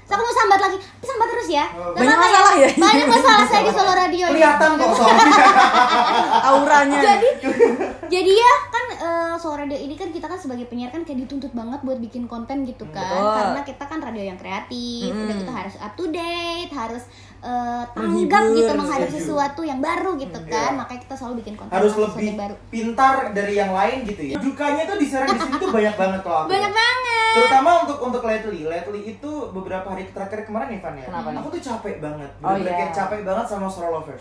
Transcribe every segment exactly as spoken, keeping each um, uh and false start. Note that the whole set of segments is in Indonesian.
Terus aku mau sambat lagi, tapi sambat terus ya. Oh, Gak banyak apa-apa masalah ya? Banyak masalah saya di Solo Radio. Kelihatan kok soalnya. Auranya. Jadi, jadi ya kan uh, Solo Radio ini kan kita kan sebagai penyiar kan kayak dituntut banget buat bikin konten gitu kan. Betul. Karena kita kan radio yang kreatif, Hmm. udah kita harus up to date, harus uh, tanggap gitu menghadapi setuju. sesuatu yang baru gitu kan. Iya. Makanya kita selalu bikin konten Harus sesuatu lebih yang baru. pintar dari yang lain gitu ya. Dukanya tuh di siaran di sini tuh banyak banget kalau aku. Banyak banget. Terutama untuk untuk lately, lately itu beberapa hari terakhir kemarin nih Van ya. Kenapa nih? Aku tuh capek banget. Oh, Bener-bener iya. kayak capek banget sama Solo Lovers.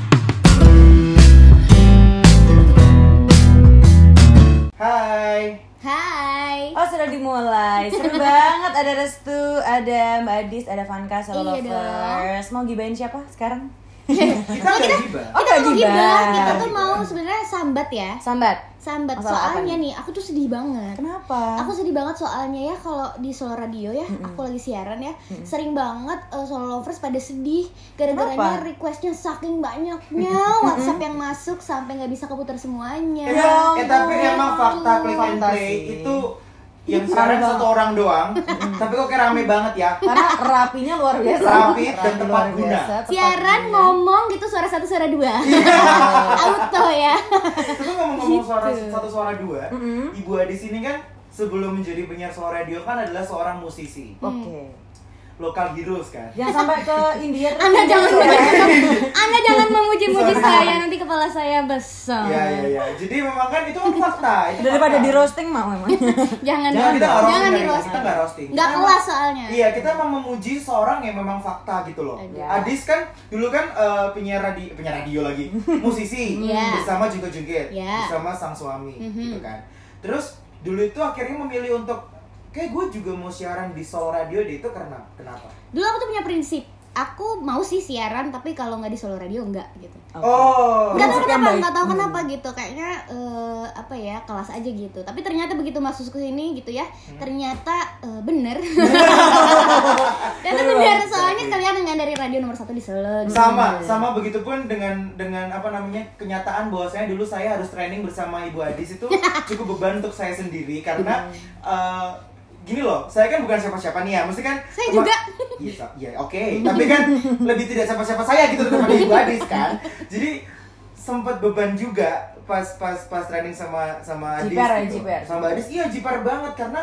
Hai. Hai. Oh sudah dimulai, seru banget. Ada Restu, ada Mbak Adis, ada Vanka, Solo Iya Lovers. Mau gibain siapa sekarang? Kita nggak gibah. Oh, Kita nggak mau gibah. gibah, kita tuh mau sebenarnya sambat ya. Sambat. Sambat. Masalah apa Soalnya nih? nih, aku tuh sedih banget. Kenapa? Aku sedih banget soalnya ya kalau di Solo Radio ya, Mm-mm. aku lagi siaran ya, Mm-mm. sering banget uh, Solo Lovers pada sedih gara-garanya Kenapa? requestnya saking banyaknya, WhatsApp yang masuk sampai nggak bisa keputar semuanya. Ya Emang, eh tapi ampun. emang fakta click and Fakta play sih. itu yang Rame siaran banget. satu orang doang. Tapi kok kayak rame banget ya. Karena rapinya luar biasa. Rapi dan tepat luar guna. biasa, tepat Siaran guna. ngomong gitu suara satu suara dua, auto ya. Tapi ngomong-ngomong Gitu. suara satu suara dua, Mm-mm. Ibu Adi sini kan sebelum menjadi penyiar Solo Radio kan adalah seorang musisi, Oke. lokal heroes kan. Jangan sampai ke India terus. Anda jangan ya. Anda jangan memuji-muji saya, nanti kepala saya besar. Iya iya iya. Jadi memang kan itu kan fakta. Itu Daripada fakta. di roasting mau memang. Jangan, Jangan kita nggak jangan roasting, di kita roasting. nggak roasting. Nggak Kita kelas emang- soalnya. Iya, kita mau memuji seorang yang memang fakta gitu loh. Iya. Adis kan dulu kan eh, penyiar radio, penyiar radio lagi, musisi Iya. bersama Juga Joget, Iya. bersama sang suami, Mhm. gitu kan. Terus dulu itu akhirnya memilih untuk kayak gue juga mau siaran di Solo Radio deh, itu karena kenapa? Dulu aku tuh punya prinsip, aku mau sih siaran tapi kalau nggak di Solo Radio enggak gitu. Oh, Nggak tahu Prinsip yang kenapa, baik. nggak tahu Hmm. kenapa gitu. Kayaknya eh, apa ya, kelas aja gitu. Tapi ternyata begitu masuk ke sini gitu ya, ternyata eh, bener. Ternyata bener, soalnya kelihatan kan dari radio nomor satu di Solo. gitu. sama sama begitupun dengan dengan apa namanya kenyataan bahwasanya dulu saya harus training bersama Ibu Adis itu cukup beban untuk saya sendiri karena eh, gini loh, saya kan bukan siapa-siapa nih ya, mesti kan Saya kema- juga. Iya, sa- iya, oke, tapi kan lebih tidak siapa-siapa saya gitu daripada Ibu Adis kan, jadi sempat beban juga pas pas pas training sama sama Adis Jiper ya, gitu. jiper. Sama Adis, iya jiper banget karena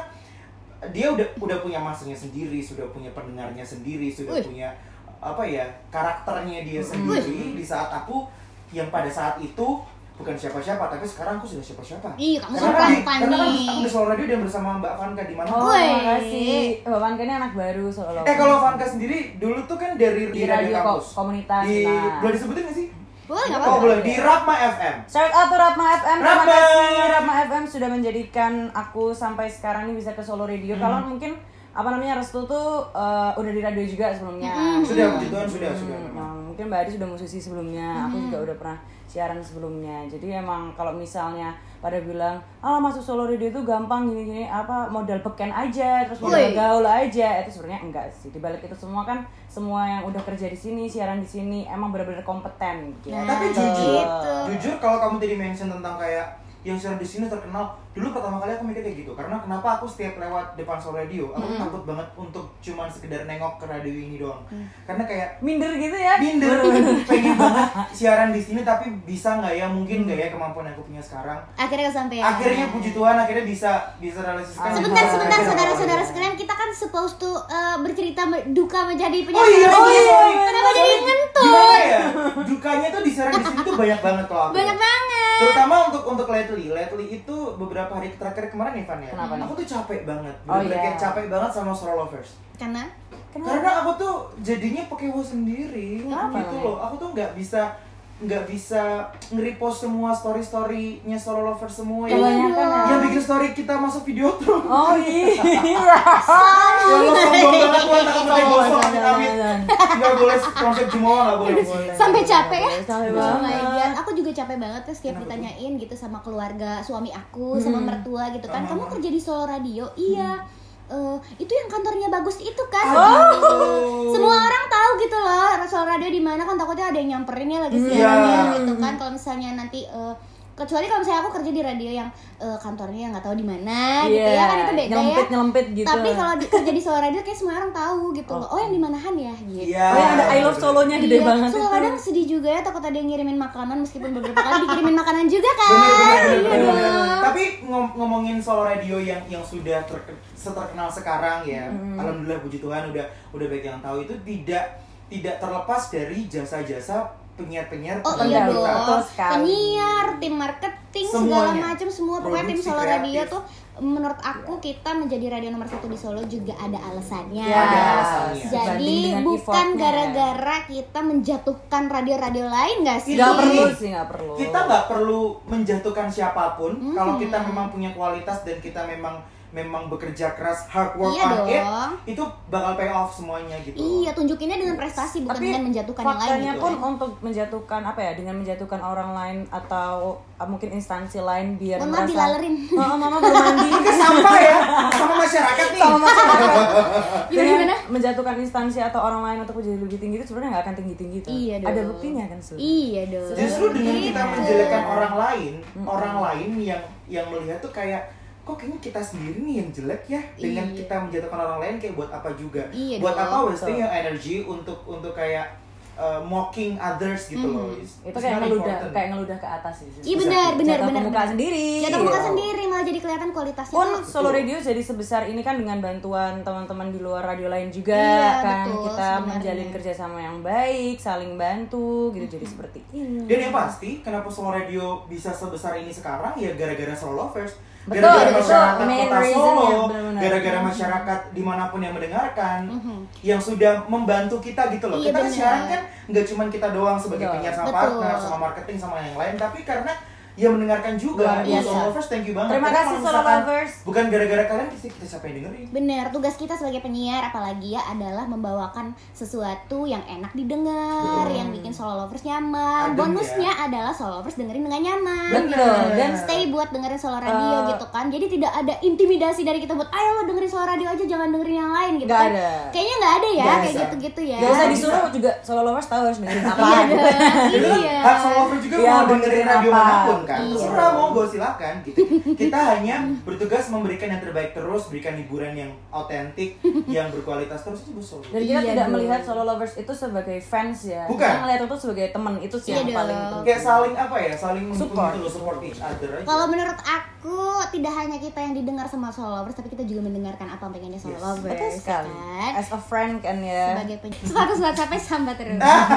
dia udah udah punya masanya sendiri, sudah punya pendengarnya sendiri, sudah Wih. punya apa ya karakternya dia sendiri. Di saat aku yang pada saat itu bukan siapa-siapa, tapi sekarang aku sudah siapa-siapa. Ih, kamu Karena sopan kan di- karena kan nih. aku di Solo Radio dan bersama Mbak Vanka di mana? Oh, Woi. makasih. Mbak Vanka ini anak baru Solo Lovers. Eh kalau Vanka sendiri dulu tuh kan dari di radio ko- kampus. komunitas. Di nah. boleh disebutin nggak sih? Boleh nggak Oh apa-apa. boleh di Rapma F M. Shout out to Rapma F M, terima Rapma. kasih Rapma F M sudah menjadikan aku sampai sekarang ini bisa ke Solo Radio. Hmm. Kalau mungkin apa namanya Restu tuh eh, udah di radio juga sebelumnya. Hmm. Sudah puji Tuhan sudah sudah. Hmm, memang. nah, mungkin Mbak Adi sudah musisi sebelumnya, aku juga udah pernah siaran sebelumnya. Jadi emang kalau misalnya pada bilang, ah masuk Solo Radio itu gampang gini-gini, apa modal beken aja, terus modal Woi. gaul aja, itu sebenarnya enggak sih. Di balik itu semua kan semua yang udah kerja di sini, siaran di sini, emang benar-benar kompeten. Gitu. Nah, Tapi jujur, gitu. jujur kalau kamu tadi mention tentang kayak yang siaran di sini terkenal, dulu pertama kali aku mikir kayak gitu. Karena kenapa aku setiap lewat depan Solo Radio, aku takut banget untuk cuman sekedar nengok ke radio ini doang. Karena kayak Minder gitu ya? minder, pengen banget siaran di sini tapi bisa nggak ya, mungkin nggak ya kemampuan yang aku punya sekarang. Akhirnya kesampaian. Akhirnya puji Tuhan akhirnya bisa bisa realisasikan. Sebentar, Bisa sebentar, kerja saudara-saudara sama sekalian, kita kan supposed to uh, bercerita me- duka menjadi Oh penyiar iya, radio. oh iya, iya. Kenapa jadi Gimana ngentut? ya? Dukanya tuh di siaran di sini tuh banyak banget kalau aku. Banyak banget. Terutama untuk untuk lately, lately itu beberapa hari terakhir kemarin nih Van ya. Kenapa nih? Aku tuh capek banget, Oh, bener-bener iya. kayak capek banget sama Solo Lovers. Karena Karena aku tuh jadinya pekewo sendiri, Kenapa gitu namanya? loh. Aku tuh nggak bisa nggak bisa nge-repost semua story-storynya Solo Lovers semua yang, Kebanyakan ya. yang bikin story kita masuk video tuh. Oh iya. Ya lo sombong banget lo, tak pakai gosok amit amit. Nggak boleh konsep Jumawa, nggak boleh. sampai capek ya. Sampai Oh my banget. God, aku juga capek banget ya setiap Kenapa ditanyain gitu sama keluarga suami aku, sama mertua gitu kan. Kamu kerja di Solo Radio? Iya. Eh, itu yang kantornya bagus itu kan. Aduh. Semua orang tahu gitu loh Solo Radio di mana kan, takutnya ada yang nyamperin ya lagi Iya. siarannya gitu kan. Kalau misalnya nanti eh, kecuali kalau misalnya aku kerja di radio yang uh, kantornya nggak tahu di mana Iya, gitu ya kan itu beda nyelempit, ya. nyelempit gitu. Tapi kalau di, kerja di Solo Radio kayak semua orang tahu gitu loh. Oh yang di manahan ya gitu. Iya. Oh yang ada I Love Solonya gede Iya, banget so itu. kadang sedih juga ya, takut ada yang ngirimin makanan meskipun beberapa kali dikirimin makanan juga kan. Bener, bener, bener, Iya bener, bener. dong. Tapi ngom- ngomongin Solo Radio yang yang sudah ter- seterkenal sekarang ya, Hmm. alhamdulillah puji Tuhan udah udah banyak yang tahu, itu tidak tidak terlepas dari jasa-jasa penyiar-penyiar. Oh penyiar iya Betul, dong, betul sekali. penyiar, tim marketing, segala Semuanya. macam semua pokoknya tim Produksi Solo kreatif. Radio tuh menurut aku kita menjadi radio nomor satu di Solo juga ada alasannya. Ya, Ada alasannya. Jadi Banding dengan bukan effortnya. gara-gara kita menjatuhkan radio-radio lain nggak sih? Nggak Ini- perlu sih, nggak perlu. Kita nggak perlu menjatuhkan siapapun Mhm. kalau kita memang punya kualitas dan kita memang memang bekerja keras, hard work Iya on it, dong. itu bakal pay off semuanya gitu. Iya, tunjukinnya dengan prestasi bukan Tapi dengan menjatuhkan yang lain faktanya gitu. pun ya. untuk menjatuhkan apa ya, dengan menjatuhkan orang lain atau uh, mungkin instansi lain biar Mohon maaf merasa dilalerin. oh, mama belum mandi Ke sampah ya, sama masyarakat nih. sama masyarakat. Gimana, Dengan gimana? menjatuhkan instansi atau orang lain untuk menjadi lebih tinggi itu sebenarnya nggak akan tinggi-tinggi tuh. Iya dong. Ada buktinya kan sebenarnya. Iya dong. Justru dengan kita Gitu. menjelekkan orang lain, orang lain yang yang melihat tuh kayak kok kayaknya kita sendiri nih yang jelek ya, dengan Iya. kita menjatuhkan orang lain kayak buat apa juga? Iya buat dong. apa wasting your energy untuk untuk kayak uh, mocking others gitu loh. Mhm. It's- Itu it's kayak not ngeludah, important. kayak ngeludah ke atas sih. Iya benar, benar, Jatuh ke benar. muka benar. sendiri. Jatuh ke muka Iya. sendiri malah jadi kelihatan kualitasnya Pun tuh. Solo Radio jadi sebesar ini kan dengan bantuan teman-teman di luar radio lain juga Iya, kan, betul, kita sebenarnya. menjalin kerjasama yang baik, saling bantu gitu, jadi seperti ini. Dan yang pasti, kenapa Solo Radio bisa sebesar ini sekarang ya gara-gara Solo Lovers. Betul, Gara-gara itu masyarakat main kota reasonnya, Solo, benar-benar. gara-gara masyarakat dimanapun yang mendengarkan, Mhm. yang sudah membantu kita gitu loh. Iya, Kita kan benar. sekarang kan nggak cuma kita doang sebagai Betul. penyiar sama Betul. partner, sama marketing, sama yang lain, tapi karena yang mendengarkan juga. Luar biasa. Solo Lovers, thank you banget. Terima Karena kasih kalau Solo misalkan Lovers. Bukan gara-gara kalian, pasti kita siapa yang dengerin. Bener, tugas kita sebagai penyiar apalagi ya adalah membawakan sesuatu yang enak didengar, Betul. yang bikin Solo Lovers nyaman. Adem Bonusnya ya. adalah Solo Lovers dengerin dengan nyaman. Betul. Dan stay buat dengerin Solo Radio Uh, gitu kan. Jadi tidak ada intimidasi dari kita buat ayo lo dengerin Solo Radio aja, jangan dengerin yang lain gitu Nggak kan. ada. Kayaknya nggak ada ya Nggak kayak bisa. gitu-gitu ya. Gak usah bisa. disuruh juga Solo Lovers tahu harus dengerin apa. Iya gitu. dong. Itu kan Iya. hak Solo Lovers juga Iya, mau mau dengerin dengerin radio apa. manapun kan. Iya. Terserah, monggo silakan gitu. Kita hanya bertugas memberikan yang terbaik terus, berikan hiburan yang autentik, yang berkualitas terus itu Solo. Dan kita Iya tidak dong. melihat Solo Lovers itu sebagai fans ya. Bukan. Kita ngelihat itu sebagai teman, itu sih Iya yang paling dong. penting. Kayak saling apa ya, saling mendukung Support. gitu loh, support each other aja. Kalau menurut aku tidak hanya kita yang didengar sama Solo Lovers, tapi kita juga mendengarkan apa yang pengennya Solo Yes, Lovers. Betul sekali. Kan? As a friend kan ya. Sebagai penyiar status WhatsApp-nya sambat terus.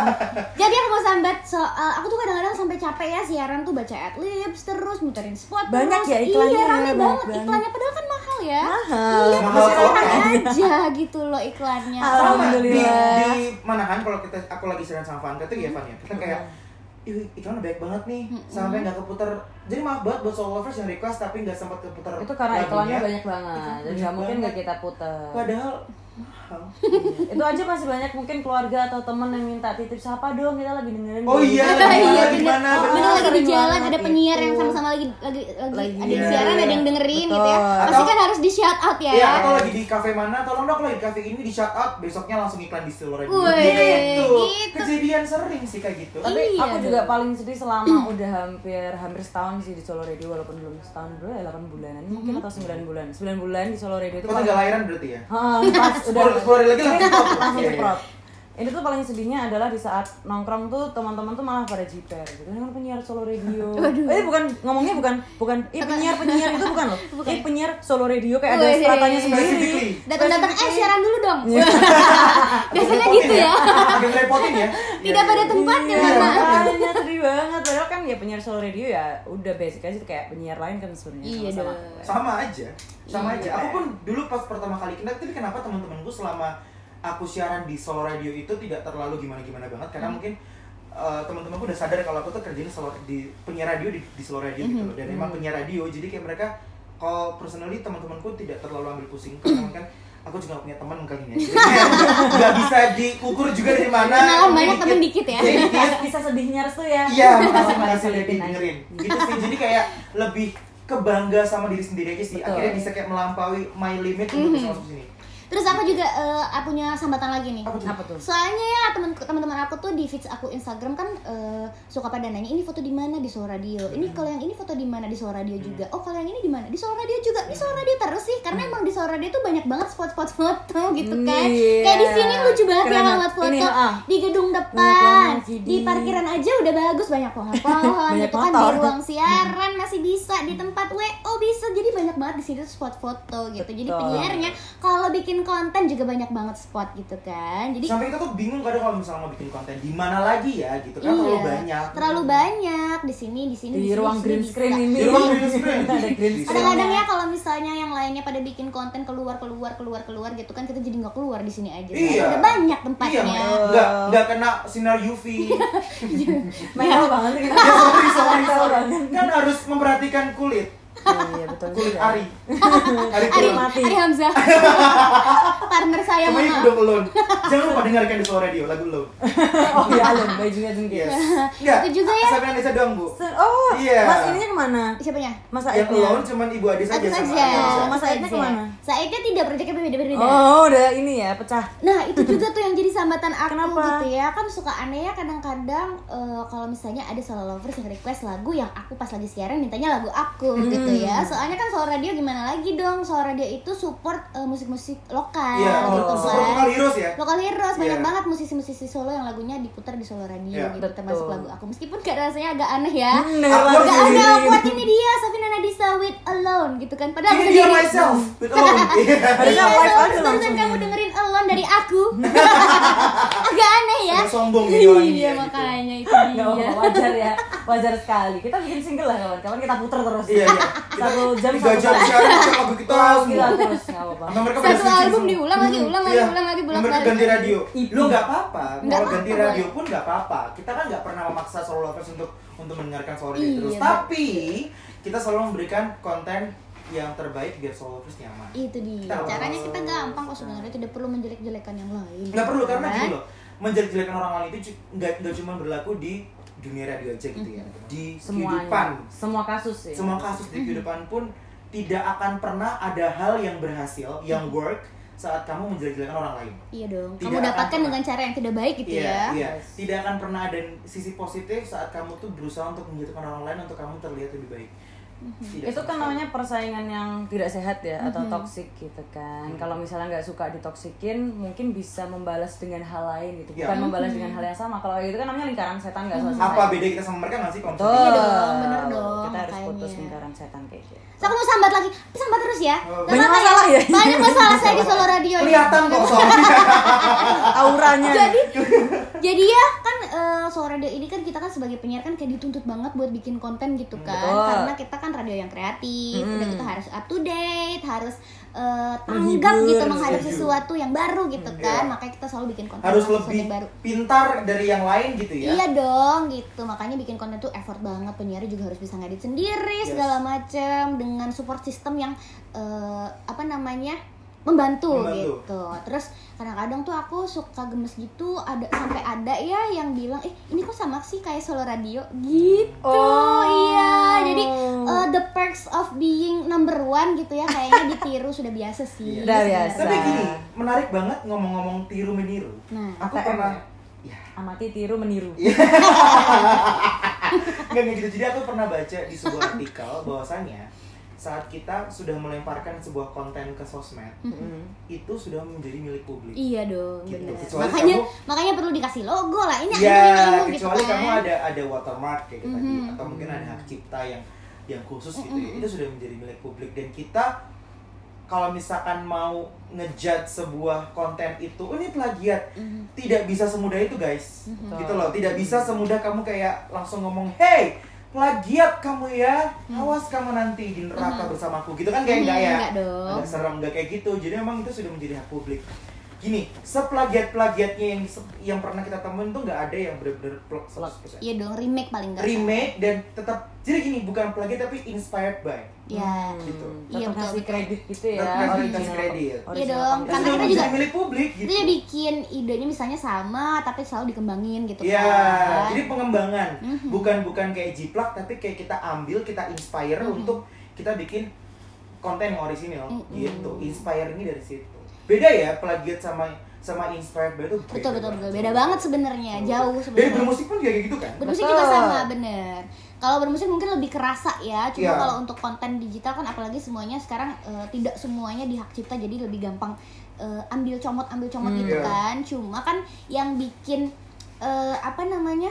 Jadi aku mau sambat soal aku tuh kadang-kadang sampai capek ya siaran tuh baca adlibs terus muterin spot Banyak terus. ya iklannya, Iya rame banyak banget banget. iklannya padahal kan mahal ya. Mahal. Iya Mahal masih kok. aja gitu loh iklannya. Mahal. Sama di, Alhamdulillah. di mana kan kalau kita aku lagi siaran sama Vanka tuh ya Van ya. Kita kayak ih iklan baik banget nih, sampai nggak keputar. Jadi maaf banget buat Solo Lovers yang request tapi nggak sempat keputar. Itu karena iklannya lagunya. banyak banget. Itu Dan banyak nggak mungkin banget. nggak kita putar. Padahal mahal. Itu aja masih banyak mungkin keluarga atau teman yang minta titip siapa dong, kita lagi dengerin. Oh iya, dulu." lagi Iya di bener, mana, oh, bener. bener lagi di Sering jalan banget ada penyiar itu. yang sama-sama lagi lagi lagi, Lagi- ada yang Iya, siaran iya. ada yang dengerin gitu ya. Betul. Pasti Atau- kan harus di shout out ya. Iya, atau lagi di kafe mana, tolong dong aku lagi di kafe ini di shout out, besoknya langsung iklan di Solo Radio. Wih, Gitu. gitu. Kejadian sering sih kayak gitu. Tapi Iya aku dong. juga paling sedih selama udah hampir hampir setahun sih di Solo Radio, walaupun belum setahun dulu ya, delapan bulanan mungkin atau sembilan bulan. sembilan bulan di Solo Radio itu Kau tinggal lahiran berarti ya? Heeh, pas udah Sepuluh sepuluh hari lagi langsung top. langsung Iya, iya. ceprot. Ini tuh paling sedihnya adalah di saat nongkrong tuh teman-teman tuh malah pada jiper gitu. Ini kan penyiar Solo Radio. Eh bukan ngomongnya bukan bukan eh penyiar penyiar itu bukan loh. Eh penyiar Solo Radio kayak ada Wih, stratanya sendiri. specifically. Datang-datang eh siaran dulu dong. Iya. Biasanya Repotin gitu ya. Agak ngerepotin ya. Tidak pada tempatnya Iya, mana. makanya sedih banget. Padahal kan ya penyiar Solo Radio ya udah basic aja kayak penyiar lain kan sebenarnya. Iya sama-sama. dong. Sama aja. Sama Iya. aja. Aku pun dulu pas pertama kali kenal, tapi kenapa teman-temanku selama aku siaran di Solo Radio itu tidak terlalu gimana-gimana banget karena Hmm. mungkin uh, teman-temanku udah sadar kalau aku tuh kerjanya Solo di penyiar radio di, di Solo Radio gitu Hmm. loh. Dan emang penyiar radio jadi kayak mereka kalau personally teman-temanku tidak terlalu ambil pusing karena kan aku juga gak punya teman kali ini. Jadi kayak nggak bisa diukur juga dari mana. Kenalan temen banyak, temen dikit ya. Jadi dikit. Bisa sedihnya restu ya. Iya, makasih Sama makasih udah dilihatin aja. dengerin. Gitu sih. Jadi kayak lebih kebangga sama diri sendiri aja sih. Betul. Akhirnya bisa kayak melampaui my limit untuk bisa masuk sini. Terus aku juga uh, punya sambatan lagi nih. Apa tuh? Apa tuh? Soalnya ya temen teman-teman aku tuh di feeds aku Instagram kan uh, suka pada nanya ini foto di mana di Solo Radio. Ini kalau yang ini foto di mana di Solo Radio juga. Oh kalau yang ini di mana di Solo Radio juga. Di Solo Radio terus sih karena emang di Solo Radio tuh banyak banget spot-spot foto gitu kan. Iya. Kayak di sini lucu banget Keren ya banget. buat foto Ini, ah. di gedung Banyak depan, banget, Jadi. di parkiran aja udah bagus banyak pohon-pohon Banyak gitu kan di motor. ruang siaran masih bisa di tempat W O bisa jadi banyak banget di sini tuh spot foto gitu. Jadi Betul. penyiarnya kalau bikin konten juga banyak banget spot gitu kan. Jadi Sampai kita tuh bingung kadang kalau misalnya mau bikin konten di mana lagi ya gitu kan terlalu banyak. terlalu banyak di sini di sini Di sini, ruang sini green bisa. screen ini. Di ruang green screen. Ada green screen. Kadang-kadang ya kalau misalnya yang lainnya pada bikin konten keluar keluar keluar keluar gitu kan kita jadi nggak keluar di sini aja. Iya. Ada banyak Iya, tempatnya. nggak nggak kena sinar U V. Mewah banget sih. Ya, sorry, sorry, Tahu sorry. banget. Kan harus memperhatikan kulit. Iya betul Kulit juga. Ari. Ari Ari, Kulon. mati. Ari Hamzah. Partner saya Sama mama. udah belum. Jangan lupa dengarkan di Solo Radio lagu lo. Oh iya Alun, bajunya jengkir. Yes. Enggak. Itu juga ya. Sampai Anissa doang, Bu. Oh, Iya. Mas ininya kemana? Siapanya? Mas Yang Aidnya? alone cuman Ibu Adi saja Aku sama saja. Anissa. Mas Aidnya kemana? Saidnya tidak, proyeknya beda-beda. Oh, udah ini ya, pecah. Nah itu juga tuh yang jadi sambatan aku Kenapa? gitu ya. Kan suka aneh ya kadang-kadang eh, kalau misalnya ada solo lovers yang request lagu yang aku pas lagi siaran mintanya lagu aku Hmm. gitu ya. Soalnya kan Solo Radio gimana lagi dong, Solo Radio itu support eh, musik-musik lokal Iya, gitu oh. super kan. lokal heroes ya. Lokal heroes banyak Iya. banget musisi-musisi Solo yang lagunya diputar di Solo Radio Iya, gitu, betul. termasuk lagu aku. Meskipun gak rasanya agak aneh ya. Bener Awkward lagi. Gak sih. ada awkward, ini dia Safina Nadisa with Alone gitu kan. Padahal aku Ini dia sendiri. myself with alone. Iya. Harusnya Iya, wife so, aja barusan langsung kamu ya. dengerin Alone dari aku. Agak aneh ya. Agak sombong ini orang ini Iya ya, gitu. makanya itu Nggak dia. apa-apa, wajar ya, wajar sekali. Kita bikin single lah kawan-kawan, kita puter terus. Iya, iya. Kita Satu jam tiga satu jam jam. sekarang kita lagu kita Terus semua. kita terus nggak apa-apa. Sama mereka pada Satu switching album semua. diulang lagi, ulang lagi, Iya. ulang lagi, Mereka bolak-balik. ganti radio. I P. Lu nggak apa-apa. Nggak Kalau ganti apa-apa, radio Boy. pun nggak apa-apa. Kita kan nggak pernah memaksa solo lovers untuk untuk mendengarkan solo radio Iya, terus. betul. Tapi kita selalu memberikan konten yang terbaik biar solo lovers nyaman. Itu dia. Kita- Caranya kita gampang kok sebenarnya, tidak perlu menjelek-jelekan yang lain. Nggak perlu karena Kan? gini loh. Menjelek-jelekan orang lain itu cu- nggak nggak cuma berlaku di dunia radio aja gitu ya. Di kehidupan, Semuanya. Semua kasus ya. semua kasus di kehidupan pun tidak akan pernah ada hal yang berhasil, yang work saat kamu menjelek-jelekan orang lain. Iya dong. Tidak Kamu akan dapatkan pernah. dengan cara yang tidak baik gitu Iya, ya. iya. Yes. Tidak akan pernah ada sisi positif saat kamu tuh berusaha untuk menjatuhkan orang lain untuk kamu terlihat lebih baik. Tidak Itu sama kan sekali. namanya persaingan yang tidak sehat ya, atau toksik gitu kan. Kalau misalnya nggak suka ditoksikin, mungkin bisa membalas dengan hal lain gitu, Ya. bukan membalas dengan hal yang sama. Kalau itu kan namanya lingkaran setan, nggak selesai. Apa beda kita sama mereka nggak sih kalau Betul. misalnya- Iya dong, bener dong, Kita harus makanya. putus lingkaran setan kayak gitu. So, aku mau sambat lagi, tapi sambat terus ya. Oh. Nggak Banyak apa-apa masalah ya? Banyak masalah saya di Solo Radio. ini. Kelihatan kok soalnya. Auranya. Jadi, jadi ya kan eh, Solo Radio ini kan kita kan sebagai penyiar kan kayak dituntut banget buat bikin konten gitu kan. Betul. Karena kita kan radio yang kreatif, Hmm. udah kita harus up to date, harus eh, tanggap Menghibur, gitu menghadapi setuju. sesuatu yang baru gitu kan. Iya. Makanya kita selalu bikin konten Harus sesuatu lebih yang baru. pintar dari yang lain gitu ya. Iya dong gitu, makanya bikin konten tuh effort banget. Penyiar juga harus bisa ngedit sendiri Yes. segala macem dengan support system yang eh, apa namanya membantu, Membantu. gitu. Terus kadang-kadang tuh aku suka gemes gitu, ada sampai ada ya yang bilang eh ini kok sama sih kayak Solo Radio gitu. Oh. Iya, jadi eh, the perks of being number one gitu ya kayaknya ditiru sudah biasa sih. Iya. Udah sebenarnya. biasa. Tapi gini, menarik banget ngomong-ngomong tiru meniru. Nah, Aku A T M pernah ya? ya, Amati, tiru, meniru. nggak nggak gitu. Jadi aku pernah baca di sebuah artikel bahwasannya saat kita sudah melemparkan sebuah konten ke sosmed, Mm-mm. itu sudah menjadi milik publik. Iya dong, Gitu. benar. Kecuali Makanya kamu- makanya perlu dikasih logo lah. Ini Ya, ini ini gitu kecuali kan. kamu ada ada watermark kayak gitu tadi, Mhm. atau mungkin ada hak cipta yang yang khusus gitu ya. Itu sudah menjadi milik publik dan kita kalau misalkan mau ngejudge sebuah konten itu, oh ini plagiat, Mhm. tidak bisa semudah itu guys, Mhm. gitu loh. Tidak bisa semudah kamu kayak langsung ngomong, hey plagiat kamu ya, awas kamu nanti di neraka Mhm. bersamaku, gitu kan kayak Mhm, enggak ya? enggak dong. Agak serem, enggak kayak gitu. Jadi memang itu sudah menjadi hak publik. Gini, seplagiat-plagiatnya yang yang pernah kita temuin tuh nggak ada yang benar-benar plek seratus persen. Iya dong, remake paling enggak. Remake dan tetap, jadi gini, bukan plagiat tapi inspired by. Ya. Gitu. Iya, Tetap ngasih betul. kredit gitu ya. Tetap kasih original- kredit. original Iya dong, content. Itu karena sudah kita menjadi juga- milik publik gitu. Itu ya bikin idenya misalnya sama tapi selalu dikembangin gitu Iya, kan. jadi pengembangan. Mhm. Bukan bukan kayak jiplak tapi kayak kita ambil, kita inspire Mhm. untuk kita bikin konten yang orisinal Mhm. gitu. Inspire ini dari situ. beda ya plagiat sama sama inspired by itu beda Betul betul banget. betul. Beda banget sebenarnya, jauh Dari sebenarnya. bermusik pun juga kayak gitu kan? Bermusik Betul. juga sama, bener. Kalau bermusik mungkin lebih kerasa ya. Cuma Iya. kalau untuk konten digital kan apalagi semuanya sekarang eh, tidak semuanya di hak cipta, jadi lebih gampang eh, ambil comot ambil comot Hmm, gitu iya. kan. Cuma kan yang bikin eh, apa namanya?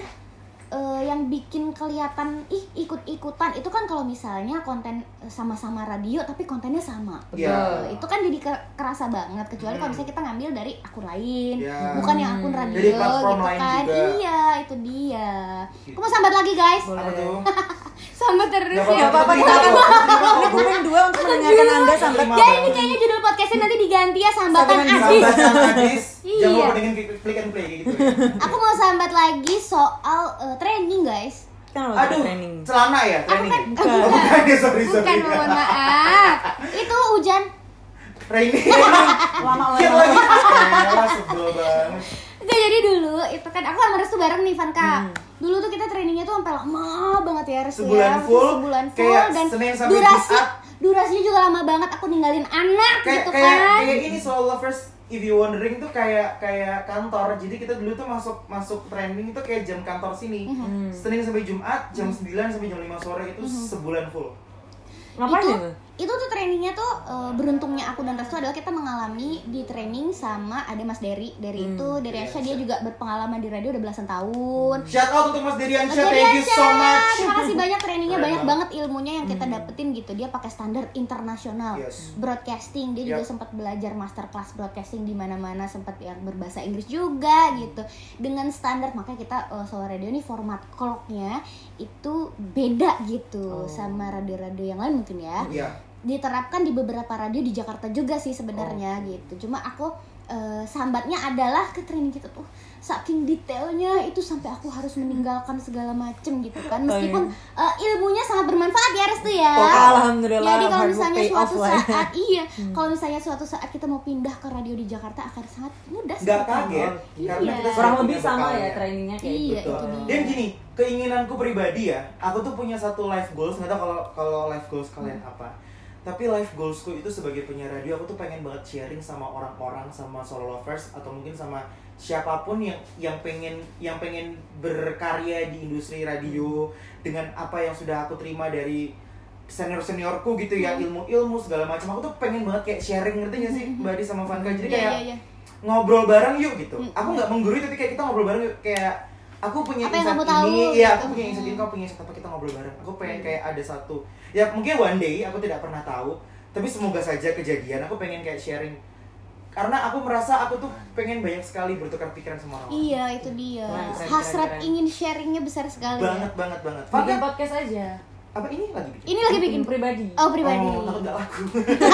eh, yang bikin kelihatan ih ikut-ikutan itu kan kalau misalnya konten eh, sama-sama radio tapi kontennya sama. Iya. Eh, itu kan jadi ke- kerasa banget kecuali kalau Hmm. misalnya kita ngambil dari akun lain, Iya. bukan yang akun radio Dari platform gitu lain kan. juga. Iya, itu dia. Aku mau sambat lagi, guys. Boleh. Apa tuh? Sambat terus Gak ya. apa-apa, kita akan ini kuping dua untuk mendengarkan Anda sampai Terima Ya banget. ini kayaknya judul podcastnya nanti diganti ya sambatan Sambatan Adis. Sambatan Adis. Jangan Iya. lupa dengan klik and play kayak gitu ya. Aku mau sambat lagi soal eh, training, guys. kan harus Aduh, training. celana ya training. kan- ya? Oh, bukan ya, sorry sorry. Bukan, mohon maaf. Itu hujan. Training. Lama Kira lagi. lagi. Elah, sebel banget. Enggak, jadi dulu itu kan aku sama Restu bareng nih Vanka. Dulu tuh kita trainingnya tuh sampai lama banget ya Restu Sebulan ya. full, Sebulan full kayak dan Senin sampai durasi Jumat. durasinya juga lama banget. Aku ninggalin anak Kayak gitu kayak kan. kayak ini Soul Lovers if you wondering tuh kayak kayak kantor. Jadi kita dulu tuh masuk masuk training itu kayak jam kantor sini. Mhm. Senin sampai Jumat jam sembilan sampai jam lima sore itu sebulan full. Ngapain itu itu? itu tuh trainingnya tuh eh, beruntungnya aku dan Restu adalah kita mengalami di training sama ada Mas Dery dari itu dari Iya, Asia dia juga berpengalaman di radio udah belasan tahun. Shout out untuk Mas Dedi Mas Ansya, Dery thank you Asia, so much. terima kasih banyak trainingnya, Keren banyak banget. banget ilmunya yang kita dapetin gitu. Dia pakai standar internasional Yes. broadcasting, dia juga Yep. sempat belajar masterclass broadcasting di mana-mana, sempat yang berbahasa Inggris juga gitu dengan standar. Makanya kita uh, Soul Radio ini format clocknya itu beda gitu Oh. sama radio-radio yang lain mungkin ya. Iya. Diterapkan di beberapa radio di Jakarta juga sih sebenarnya gitu. Cuma aku eh, sambatnya adalah ke training kita tuh saking detailnya itu sampai aku harus meninggalkan segala macem gitu kan. Meskipun eh, ilmunya sangat bermanfaat ya Restu ya. Oh, alhamdulillah, Jadi kalau hard work misalnya pay suatu off lah ya. saat iya, kalau misalnya suatu saat kita mau pindah ke radio di Jakarta akan sangat mudah. Nggak sebetulnya. kaget Iya. karena kita Kurang sudah lebih punya sama ya bekalnya. trainingnya kayak Iya, gitu. itu dia. Dan gini, keinginanku pribadi ya, aku tuh punya satu life goals, nggak tahu kalau kalau life goals kalian apa. Tapi life goalsku itu sebagai penyiar radio, aku tuh pengen banget sharing sama orang-orang, sama solo lovers atau mungkin sama siapapun yang yang pengen yang pengen berkarya di industri radio dengan apa yang sudah aku terima dari senior seniorku gitu ya, ilmu-ilmu segala macam. Aku tuh pengen banget kayak sharing, ngerti gak sih Mbak Adi sama Vanka? Jadi Iya, kayak iya, iya. ngobrol bareng yuk gitu. Mm. Aku nggak menggurui tapi kayak kita ngobrol bareng yuk, kayak aku punya Apa yang insight kamu tahu, ini, iya gitu. aku punya insight ini, kamu punya insight apa, kita ngobrol bareng. Aku pengen kayak ada satu, ya mungkin one day aku tidak pernah tahu, tapi semoga saja kejadian. Aku pengen kayak sharing, karena aku merasa aku tuh pengen banyak sekali bertukar pikiran sama orang. Iya, itu dia. Keren, keren, Hasrat keren, keren. ingin sharingnya besar sekali. ya. Banget banget banget. Bikin Vanka, podcast aja. apa ini lagi bikin? Ini lagi bikin pribadi. Oh, pribadi. Oh, takut gak laku.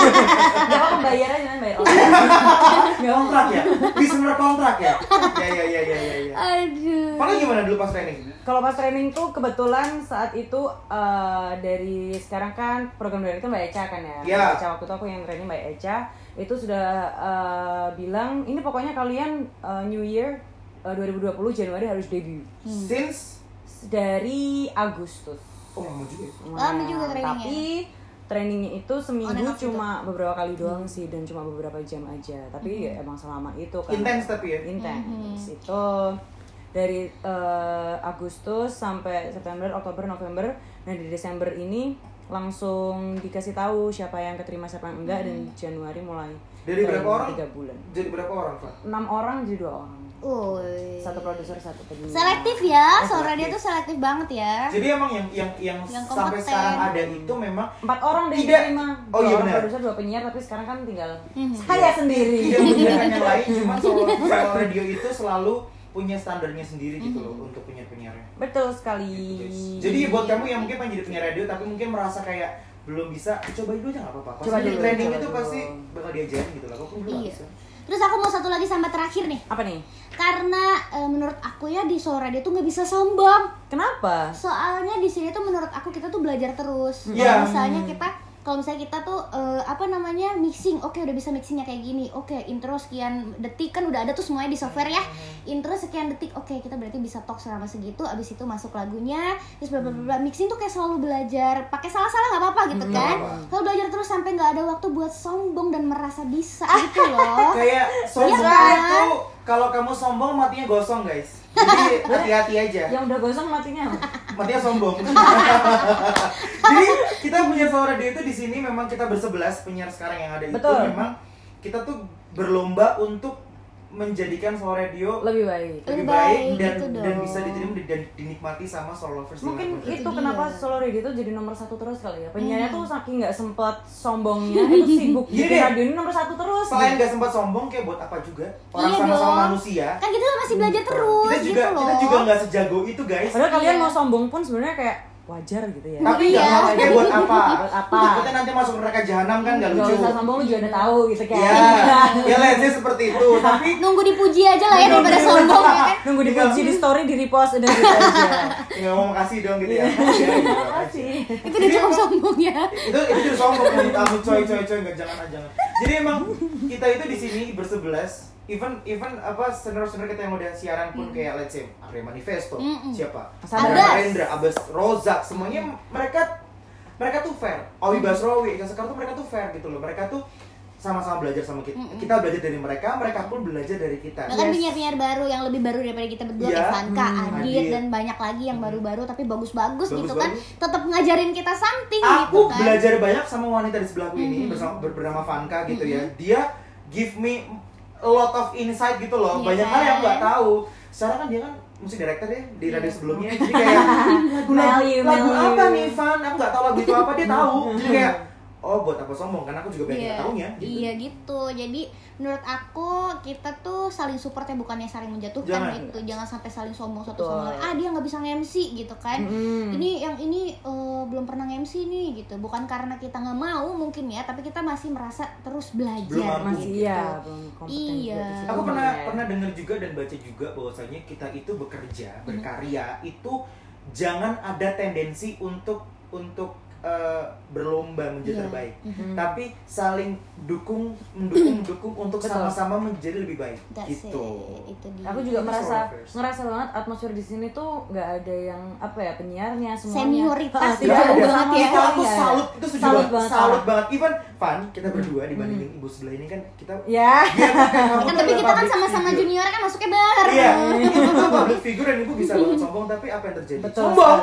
Gak apa bayar aja kan bayar orang. Kontrak ya? Listener kontrak ya? Ya ya ya ya ya. ya. Aduh. Vanka gimana dulu pas training? Kalau pas training tuh kebetulan saat itu eh, dari sekarang kan program dari itu Mbak Eca kan ya. Iya. Mbak Eca waktu itu aku yang training Mbak Eca itu sudah eh, bilang ini pokoknya kalian eh, New Year eh, dua ribu dua puluh Januari harus debut Since dari Agustus. oh lama juga ya. Lama juga trainingnya. Tapi trainingnya itu seminggu On and off cuma beberapa kali doang sih dan cuma beberapa jam aja. Tapi ya emang selama itu kan. Intens tapi ya? Intens. Itu dari eh, Agustus sampai September, Oktober, November. Nah di Desember ini langsung dikasih tahu siapa yang keterima siapa yang enggak dan Januari mulai. Dari berapa training orang? Tiga bulan. Jadi berapa orang, Pak? Enam orang jadi dua orang. Uy. Satu produser, satu penyiar. Selektif ya, Oh, Soul Radio selektif. tuh selektif banget ya. Jadi emang yang yang yang, Yang sampai kompeten. sekarang ada itu memang Empat orang deh Tidak. diterima. Oh, Dua iya orang benar. produser, dua penyiar, tapi sekarang kan tinggal Mhm. saya sendiri. tidak menjadikan yang lain, cuma soal, soal radio itu selalu punya standarnya sendiri gitu loh untuk penyiar-penyiarnya. Betul sekali. Jadi buat kamu yang mungkin pengen jadi penyiar radio tapi mungkin merasa kayak belum bisa, cobain dulu aja nggak apa-apa. Coba Pasti di dulu, training coba itu dulu. pasti bakal diajarin gitu lah. Kok belum Iya. bisa? Terus aku mau satu lagi sambat terakhir nih. Apa nih? Karena eh, menurut aku ya di Soul Radio tuh nggak bisa sombong. Kenapa? Soalnya di sini tuh menurut aku kita tuh belajar terus. Iya. Kalau misalnya kita kalau misalnya kita tuh eh, apa namanya mixing, oke udah bisa mixingnya kayak gini, oke intro sekian detik kan udah ada tuh semuanya di software ya. intro sekian detik, oke okay, kita berarti bisa talk selama segitu, abis itu masuk lagunya, terus bla bla bla. Mixing tuh kayak selalu belajar, pakai salah-salah nggak apa-apa gitu kan, selalu belajar terus sampai nggak ada waktu buat sombong dan merasa bisa gitu loh. Kayak sombong kan? itu kalau kamu sombong matinya gosong guys. Jadi hati-hati aja. Yang udah gosong matinya. Matinya sombong. Jadi kita punya Solo Radio itu di sini memang kita bersebelas penyiar sekarang yang ada. Betul. Itu memang kita tuh berlomba untuk menjadikan Solo Radio Lebih baik. lebih Lebih baik baik, dan gitu dan dong. bisa diterima dan dinikmati sama Solo lovers. Mungkin dimanapun. itu Itu kenapa dia. Solo Radio itu jadi nomor satu terus kali ya. Penyiarnya tuh saking nggak sempet sombongnya, itu sibuk Gini bikin deh. radio ini nomor satu terus. Selain gak sempat sombong, kayak buat apa juga? Orang Iya sama-sama dong. manusia. Kan kita masih belajar terus Kita juga gitu loh. kita juga nggak sejago itu guys. Padahal kalian Iya. mau sombong pun sebenarnya kayak wajar gitu ya. Tapi Iya. nggak apa kayak buat apa? Buat apa? Takutnya nanti masuk neraka jahanam kan nggak Gak lucu. usah sombong, lu juga udah tahu gitu kan. Ya, ya let's say seperti itu. Tapi Nunggu dipuji aja lah ya daripada sombong ya kan. Nunggu dipuji di story, di repost, udah gitu aja. nggak mau makasih dong gitu ya. Makasih ya, gitu. Makasih. Itu udah cukup sombong ya. itu itu jadi sombong menurut aku coy coy coy nggak jangan jangan. Jadi emang kita itu di sini bersebelas. Even even apa senior-senior kita yang udah siaran pun kayak let's say Arya Manifesto, Mm-mm. siapa? Mas Abbas. Rendra, Abbas, Rozak, semuanya mereka mereka tuh fair. Owi Basrowi, yang sekarang tuh mereka tuh fair gitu loh. Mereka tuh sama-sama belajar sama kita. Mm-mm. Kita belajar dari mereka, mereka pun belajar dari kita. Bahkan Yes. penyiar-penyiar baru yang lebih baru daripada kita berdua, Iya. kayak Vanka, Hmm, Adit, Adit. dan banyak lagi yang baru-baru tapi bagus-bagus gitu kan. Bagus-bagus. Tetap ngajarin kita something Aku gitu kan. belajar banyak sama wanita di sebelahku ini Mhm. bersama ber- bernama Vanka gitu ya. Dia give me a lot of insight gitu loh. Iya Banyak hal yang kan? nggak tahu. Sekarang kan dia kan musik director ya di radio Iya. sebelumnya. Jadi kayak lagu Melly, lagu Melly. apa nih Van? Aku nggak tahu lagu itu apa, dia tahu. Jadi kayak oh buat apa sombong kan aku juga banyak Iya, nggak taunya gitu. iya gitu. Jadi menurut aku kita tuh saling support ya, bukannya saling menjatuhkan Jangan. gitu. Jangan sampai saling sombong satu Betul. sama lain. Ah dia nggak bisa nge-M C gitu kan. Mm-mm. Ini yang ini eh, belum pernah nge-M C nih gitu. Bukan karena kita nggak mau mungkin ya, tapi kita masih merasa terus belajar. Belum mampu. Masih gitu. iya, belum kompeten Iya. juga di situ. Aku pernah Ya. pernah dengar juga dan baca juga bahwasanya kita itu bekerja, berkarya itu jangan ada tendensi untuk untuk eh, berlomba menjadi Iya. terbaik, Mhm. tapi saling dukung, mendukung, mendukung untuk Betul. sama-sama menjadi lebih baik. That's gitu. it. Itu dia. Aku juga Itu merasa Solo-verse. ngerasa banget atmosfer di sini tuh nggak ada yang apa ya penyiarnya semuanya. Senioritas Ah, ya, tidak ada banget sama ya. Itu aku sekali ya. salut, itu setuju Salut banget, banget, salut parah. banget. Even Van, kita berdua dibandingin ibu sebelah ini kan kita Ya. dia tuh kayak kamu Kan tuh tapi adalah kita kan public sama-sama figure. junior kan masuknya bareng. Iya, ibu tuh public figure dan ibu bisa banget sombong, tapi apa yang terjadi? Betul Sombong.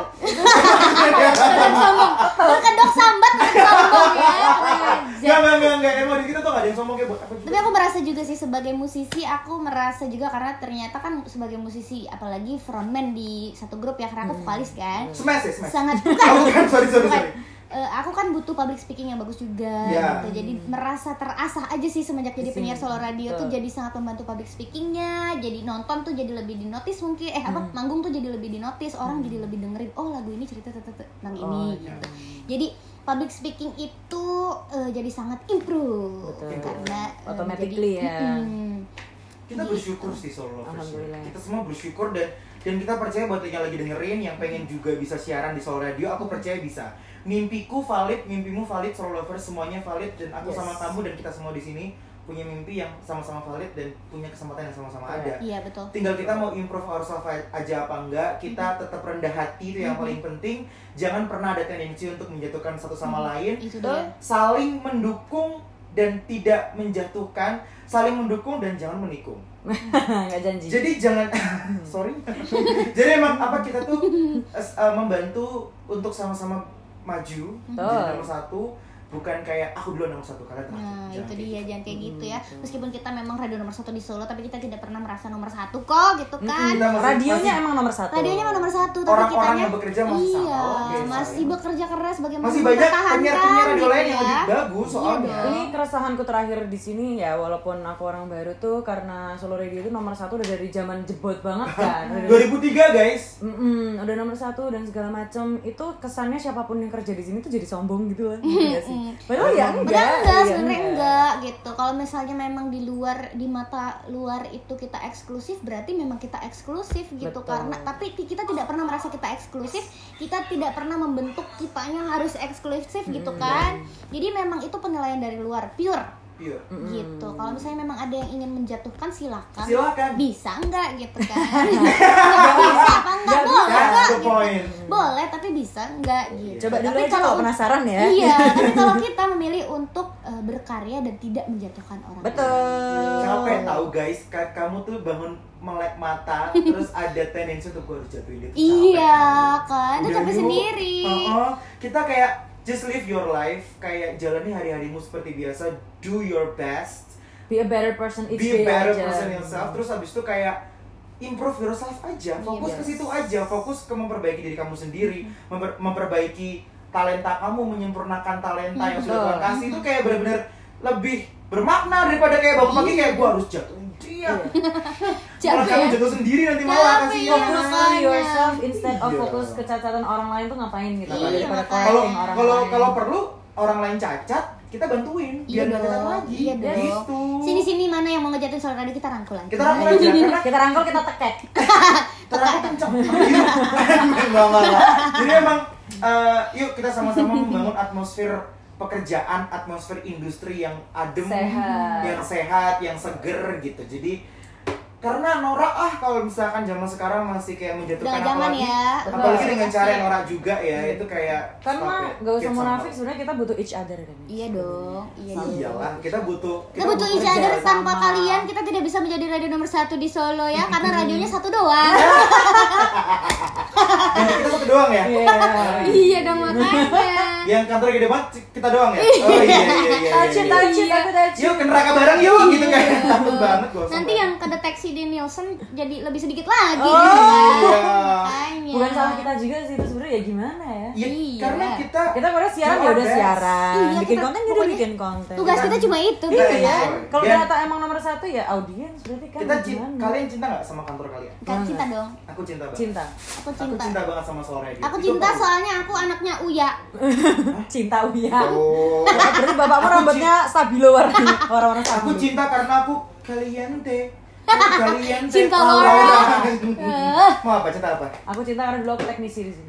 Bukan sombong. Berkedok sambat bukan sombong ya. Aja. Enggak, enggak, enggak, enggak. Emang di kita tuh gak ada yang sombong kayak buat apa juga. Tapi aku merasa juga sih sebagai musisi, aku merasa juga karena ternyata kan sebagai musisi, apalagi frontman di satu grup ya, karena aku vokalis kan. Smash ya, smash. Sangat Oh, bukan, sorry, sorry, bukan. sorry. Eh, aku kan butuh public speaking yang bagus juga Ya. gitu. Jadi merasa terasah aja sih semenjak jadi Di sini. penyiar Solo Radio tuh Betul. jadi sangat membantu public speakingnya. Jadi nonton tuh jadi lebih dinotis mungkin. Eh apa? Hmm. Manggung tuh jadi lebih dinotis. Orang jadi lebih dengerin. Oh lagu ini cerita tentang ini Oh, gitu. Jadi public speaking itu eh, jadi sangat improve Betul. karena eh, Automatically jadi- ya. Mm-mm. Kita bersyukur sih Solo Lovers. Alhamdulillah. Kita semua bersyukur dan dan kita percaya buat yang lagi dengerin, yang pengen juga bisa siaran di Solo Radio, aku percaya bisa. Mimpiku valid, mimpimu valid, Solo Lovers semuanya valid, dan aku Yes. sama kamu dan kita semua di sini punya mimpi yang sama-sama valid dan punya kesempatan yang sama-sama Iya. ada. Iya betul. Tinggal kita mau improve ourselves aja apa enggak, kita tetap rendah hati itu yang paling penting. Jangan pernah ada tendensi untuk menjatuhkan satu sama lain. Itu Betul. dia. Saling mendukung dan tidak menjatuhkan, saling mendukung dan jangan menikung. Nggak janji. Jadi jangan sorry. Jadi emang apa kita tuh es- eh, membantu untuk sama-sama maju Betul. jadi nomor satu, bukan kayak aku dulu nomor satu kalian terakhir. Nah Jangan itu kayak dia, gitu. jangan kayak gitu ya. Hmm. Meskipun kita memang radio nomor satu di Solo, tapi kita tidak pernah merasa nomor satu kok gitu kan. Kita masih- Radionya masih- emang nomor satu. Radionya emang nomor satu, tapi Orang-orang kitanya yang bekerja masih sama. iya, Oke, masih sayang. bekerja keras bagaimana masih banyak mempertahankan penyiar-penyiar radio gitu lain yang ya. lebih bagus soalnya. Iya. Ini keresahanku terakhir di sini ya, walaupun aku orang baru tuh karena Solo Radio itu nomor satu udah dari zaman jebot banget kan. Udah dua ribu tiga guys. Mm-mm, udah nomor satu dan segala macam. Itu kesannya siapapun yang kerja di sini tuh jadi sombong gitu loh. Iya sih. Padahal ya enggak. Padahal enggak, iya, sebenarnya enggak gitu. Kalau misalnya memang di luar, di mata luar itu kita eksklusif, berarti memang kita eksklusif gitu. Betul. Karena tapi kita tidak pernah merasa kita eksklusif, kita tidak pernah membentuk kitanya harus eksklusif gitu kan. Jadi memang itu penilaian dari luar, pure pure. gitu. Kalau misalnya memang ada yang ingin menjatuhkan, silakan. Silakan. Bisa enggak gitu kan? Bisa apa enggak? Boleh That's enggak? the Gitu. point. Boleh, tapi bisa enggak gitu. Coba dulu Tapi aja kalau penasaran ya. Iya, tapi kalau kita memilih untuk uh, berkarya dan tidak menjatuhkan orang. Betul. Capek tahu guys, Ka- kamu tuh bangun melek mata terus ada tendensi untuk gue harus jatuhin dia tuh capek Iya tahu. kan, itu Udah capek yuk, sendiri. uh-uh, kita kayak just live your life, kayak jalani hari-harimu seperti biasa, do your best, Be a better person each be a day better aja. person yourself. Terus habis itu kayak improve yourself aja, fokus Yes. ke situ aja, fokus ke memperbaiki diri kamu sendiri, memper- memperbaiki talenta kamu, menyempurnakan talenta yang sudah Tuhan Betul. kasih. Itu kayak benar-benar lebih bermakna daripada kayak bangun pagi kayak gua harus jatuhin dia. Malah Capek. kamu jatuh sendiri nanti malah Capek, kasih ya. Fokus on Makanya. yourself instead of Iya. fokus ke cacatan orang lain tuh ngapain gitu Iya, daripada makanya. Kalau correcting orang kalau lain. kalau perlu orang lain cacat, kita bantuin Iya biar nggak cacat dong, lagi. iya dong. Gitu. Sini-sini mana yang mau ngejatuhin suara radio, kita rangkul aja. Kita rangkul aja karena kita rangkul, kita tekek. terlalu kencang. Enggak, enggak, enggak. Jadi emang eh, yuk kita sama-sama membangun atmosfer pekerjaan, atmosfer industri yang adem, Sehat. yang sehat, yang seger gitu. Jadi karena norak ah kalau misalkan zaman sekarang masih kayak menjatuhkan Udah zaman apalagi, ya. apalagi Betul. dengan cara yang norak juga ya, itu kayak Karena stop it. gak usah Get munafik, some sebenarnya kita butuh each other kan. Iya dong, iya help. dong. Iyalah, kita butuh Kita butuh each other, kerja tanpa sama. kalian kita tidak bisa menjadi radio nomor satu di Solo ya, karena radionya satu doang. Dan kita satu doang ya. Iya. Iya dong makanya. Yang kantor gede banget kita doang ya. Oh iya iya iya. iya, Touch it, iya. touch it, aku touch it. Yuk ke neraka bareng yuk gitu kan. Takut banget gua. Nanti yang kedeteksi di Nielsen jadi lebih sedikit lagi Oh, gitu kan. iya. Makanya. Bukan salah kita juga sih, itu sebenarnya ya gimana ya. Ya, Iya. karena kita Kita pada siaran do ya our udah best. siaran, Iya, bikin kita- konten ya udah pokoknya bikin konten. Tugas kita cuma itu Iya, gitu iya. kan. Kalau Dan- ternyata emang nomor satu ya audiens, berarti kan Kita cinta, gimana? kalian cinta nggak sama kantor kalian? Kan cinta dong. Aku cinta banget. Cinta. Aku Aku cinta. cinta banget sama sore dia. Aku Itu cinta perlu. soalnya aku anaknya Uya. Cinta Uya. Oh. Berarti bapakmu Aku rambutnya stabilo warna warna-warna Aku stabilo. cinta karena aku kalian teh. Kalian teh. Cinta Laura. Laura. Mau apa? Cinta apa? Aku cinta karena dulu aku teknisi di sini.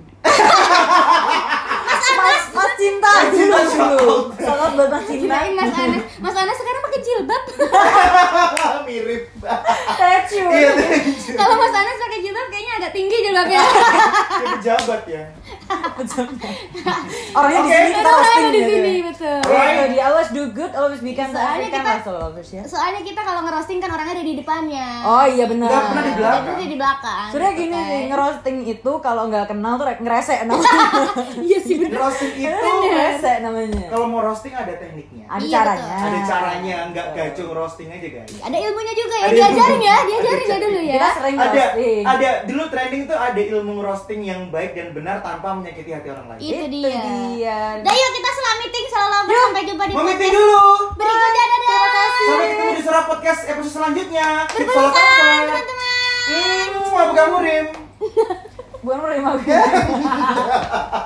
Mas, mas cinta Mas cinta dulu. Salam buat Mas cinta. Kirain Mas Anas. Mas Anas sekarang pakai jilbab. Mirip. Thank you. Iya, thank you. Kalau Mas Anas pakai jilbab kayaknya agak tinggi jilbabnya. Kayak pejabat ya. Orangnya di Oke. sini kita Orang roasting ada di gitu sini, ya. betul. Right. Itu dia, always do good, always be kind to Soalnya African kita- also lovers ya. Soalnya kita kalau ngerosting kan orangnya ada di depannya. Oh iya benar. Nggak pernah di belakang. Dan dia di belakang. Sebenarnya gitu gini kan. sih, ngerosting itu kalau nggak kenal tuh ngeresek namanya. Iya sih bener. Roasting itu Ngeresek namanya. kalau mau roasting ada tekniknya. Ada Iya, caranya. betul. Ada caranya, nggak gacung roasting aja guys. Ada ilmunya juga ya, Ada diajarin ilmunya. ya, diajarin ya dulu ya. Kita sering Ada, roasting. ada dulu trending tuh ada ilmu roasting yang baik dan benar tanpa menyakiti hati orang lain. Itu Itu dia. dia. Dah yuk kita setelah meeting selalu lovers, sampai jumpa di Mau meeting podcast dulu. berikutnya. Dadah. Sampai ketemu di Suara Podcast episode selanjutnya. Keep follow Berpelukan Comfort. teman-teman. Hmm, mau pegang murim. Bukan menerima gue.